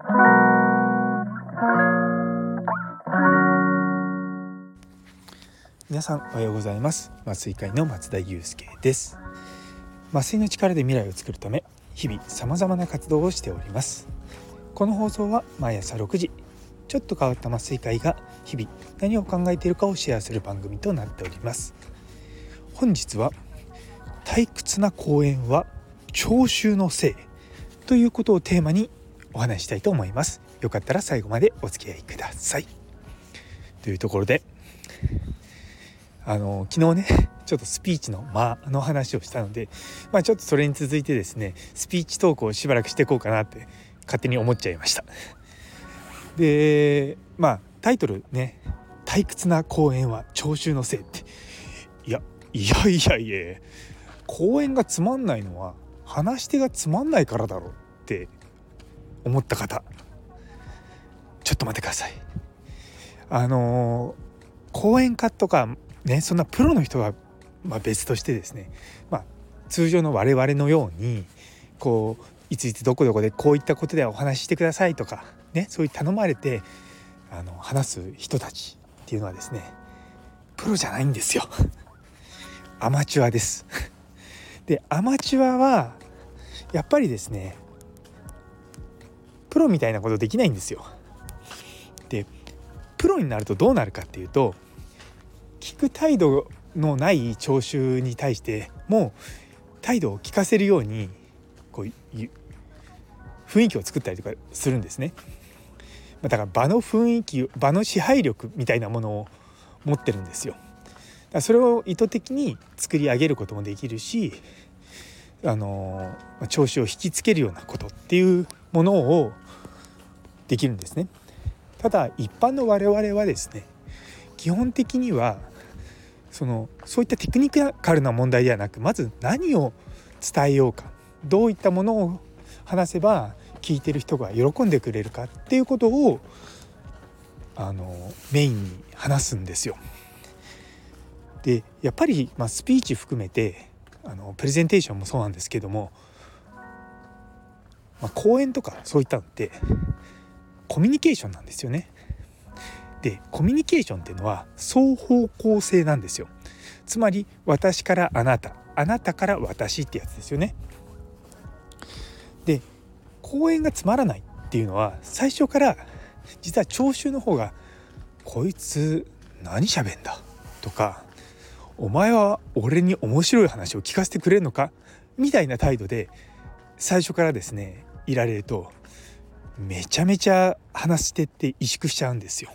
皆さんおはようございます。麻酔科医の松田祐介です。麻酔の力で未来を作るため、日々様々な活動をしております。この放送は毎朝6時、ちょっと変わった麻酔科医が日々何を考えているかをシェアする番組となっております。本日は退屈な公園は聴衆のせいということをテーマにお話ししたいと思います。よかったら最後までお付き合いください。というところで昨日ねちょっとスピーチの間の話をしたので、ちょっとそれに続いてですねスピーチトークをしばらくしていこうかなって勝手に思っちゃいました。でタイトルね、退屈な公園は聴衆のせいって、いや公園がつまんないのは話し手がつまんないからだろうって思った方、ちょっと待ってください。講演家とかね、そんなプロの人は別としてですね、通常の我々のようにいついつどこどこでこういったことでお話ししてくださいとかね、そういう頼まれて話す人たちっていうのはですね、プロじゃないんですよ。アマチュアです。でアマチュアはやっぱりですね、プロみたいなことできないんですよ。でプロになるとどうなるかっていうと、聞く態度のない聴衆に対しても態度を聞かせるように雰囲気を作ったりとかするんですね。だから場の雰囲気、場の支配力みたいなものを持ってるんですよ。だからそれを意図的に作り上げることもできるし、聴衆を引きつけるようなことっていうものをできるんですね。ただ一般の我々はですね、基本的にはそういったテクニカルな問題ではなく、まず何を伝えようか、どういったものを話せば聞いてる人が喜んでくれるかっていうことをメインに話すんですよ。でやっぱりスピーチ含めてプレゼンテーションもそうなんですけども、講演とかそういったのってコミュニケーションなんですよね。でコミュニケーションっていうのは双方向性なんですよ。つまり私からあなた、あなたから私ってやつですよね。で講演がつまらないっていうのは最初から実は聴衆の方がこいつ何喋んだとか、お前は俺に面白い話を聞かせてくれるのかみたいな態度で最初からですねいられると、めちゃめちゃ話し手って萎縮しちゃうんですよ。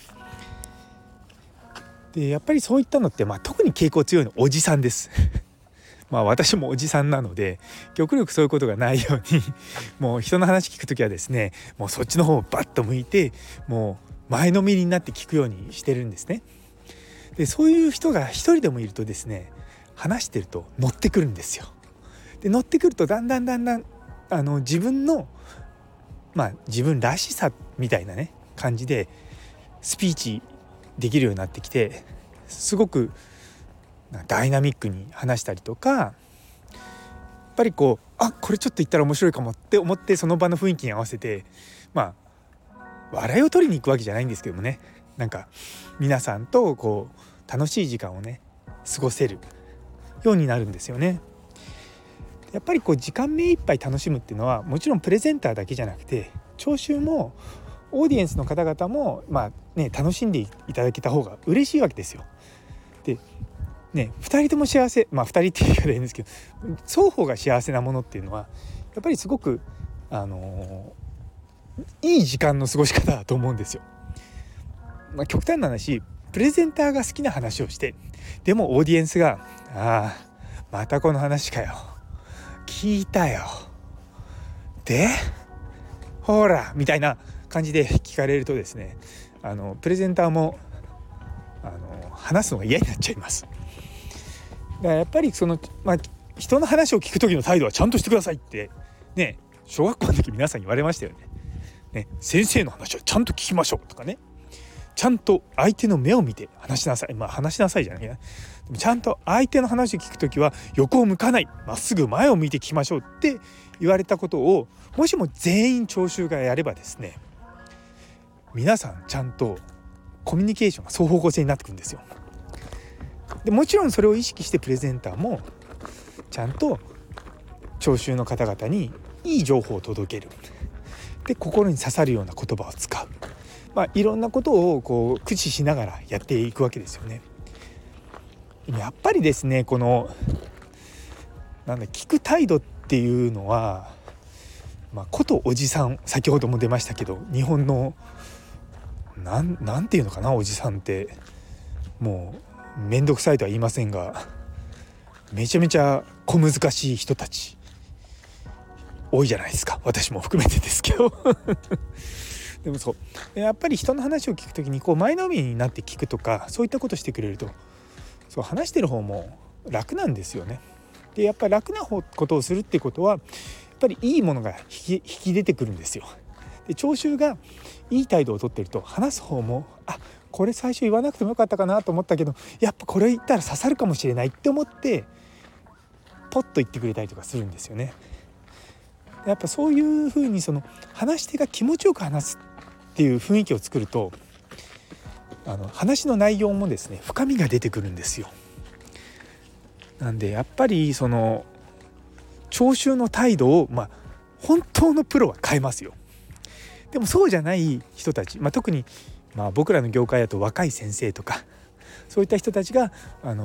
でやっぱりそういったのって、特に傾向強いのおじさんです。私もおじさんなので極力そういうことがないようにもう人の話聞くときはですね、もうそっちの方をバッと向いて、もう前のめりになって聞くようにしてるんですね。でそういう人が一人でもいるとですね、話してると乗ってくるんですよ。で乗ってくるとだんだん自分の自分らしさみたいなね感じでスピーチできるようになってきて、すごくダイナミックに話したりとか、やっぱりこれちょっと言ったら面白いかもって思って、その場の雰囲気に合わせて笑いを取りに行くわけじゃないんですけどもね、皆さんと楽しい時間をね過ごせるようになるんですよね。やっぱり時間目いっぱい楽しむっていうのはもちろんプレゼンターだけじゃなくて、聴衆もオーディエンスの方々も楽しんでいただけた方が嬉しいわけですよ。で2人とも幸せ、2人って言い方いいんですけど、双方が幸せなものっていうのはやっぱりすごくいい時間の過ごし方だと思うんですよ。極端な話、プレゼンターが好きな話をして、でもオーディエンスがまたこの話かよ、聞いたよ、でほらみたいな感じで聞かれるとですね、プレゼンターも話すのが嫌になっちゃいます。だからやっぱり人の話を聞く時の態度はちゃんとしてくださいってね、小学校の時皆さん言われましたよね。先生の話はちゃんと聞きましょうとかね、ちゃんと相手の目を見て話しなさい。話しなさいじゃないな。 ちゃんと相手の話を聞くときは横を向かない、まっすぐ前を向いて聞きましょうって言われたことをもしも全員聴衆がやればですね、皆さんちゃんとコミュニケーションが双方向性になってくるんですよ。でもちろんそれを意識してプレゼンターもちゃんと聴衆の方々にいい情報を届ける、で心に刺さるような言葉を使う、いろんなことを駆使しながらやっていくわけですよね。やっぱりですね、この聞く態度っていうのは、ことおじさん、先ほども出ましたけど、日本のなんていうのかな、おじさんってもうめんどくさいとは言いませんが、めちゃめちゃ小難しい人たち多いじゃないですか、私も含めてですけどでもそうやっぱり人の話を聞くときに前のめりになって聞くとか、そういったことしてくれると話してる方も楽なんですよね。でやっぱり楽なことをするってことはやっぱりいいものが引き出てくるんですよ。で聴衆がいい態度をとってると話す方もこれ最初言わなくてもよかったかなと思ったけど、やっぱこれ言ったら刺さるかもしれないって思ってポッと言ってくれたりとかするんですよね。やっぱそういうふうに話し手が気持ちよく話すっていう雰囲気を作ると、話の内容もですね深みが出てくるんですよ。なんでやっぱり聴衆の態度を本当のプロは変えますよ。でもそうじゃない人たち、特に僕らの業界だと若い先生とかそういった人たちが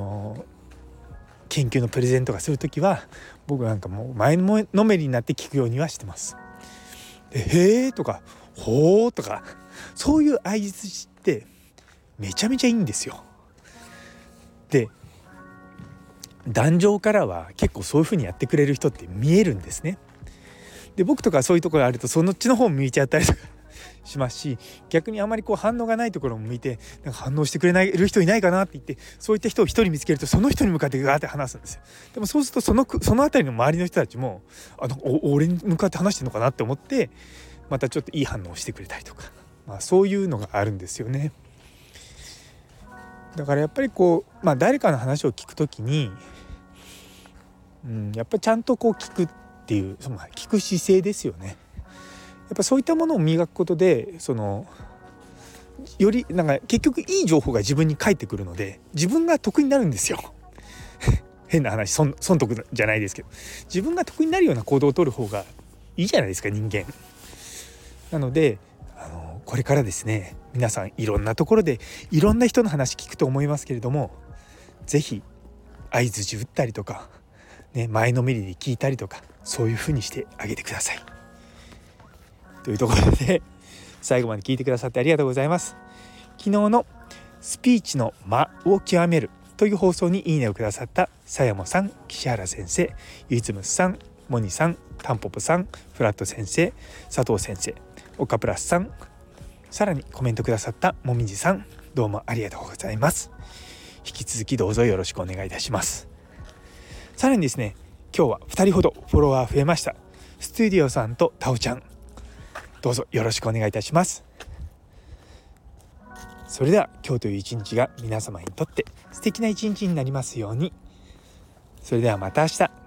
研究のプレゼントがするときは、僕なんかもう前のめりになって聞くようにはしてます。でへーとかほーとかそういう相槌ってめちゃめちゃいいんですよ。で壇上からは結構そういう風にやってくれる人って見えるんですね。で僕とかそういうところがあるとそっちの方向いちゃったりとかしますし、逆にあまり反応がないところも向いて反応してくれる人いないかなって言って、そういった人を一人見つけるとその人に向かってガーって話すんですよ。でもそうするとその辺りの周りの人たちも俺に向かって話してるのかなって思ってまたちょっといい反応をしてくれたりとか、そういうのがあるんですよね。だからやっぱり誰かの話を聞くときに、やっぱりちゃんと聞くっていう聞く姿勢ですよね。やっぱそういったものを磨くことでより結局いい情報が自分に返ってくるので自分が得になるんですよ変な話、損得じゃないですけど、自分が得になるような行動を取る方がいいじゃないですか、人間なので。これからですね、皆さんいろんなところでいろんな人の話聞くと思いますけれども、ぜひ相槌打ったりとか、前のめりで聞いたりとか、そういう風にしてあげてくださいというところで、最後まで聞いてくださってありがとうございます。昨日のスピーチの間を極めるという放送にいいねをくださったさやもさん、岸原先生、ゆいつむさん、モニさん、タンポポさん、フラット先生、佐藤先生、岡プラスさん、さらにコメントくださったもみじさん、どうもありがとうございます。引き続きどうぞよろしくお願いいたします。さらにですね、今日は2人ほどフォロワー増えました。スタジオさんとタオちゃん、どうぞよろしくお願いいたします。それでは今日という一日が皆様にとって素敵な一日になりますように。それではまた明日。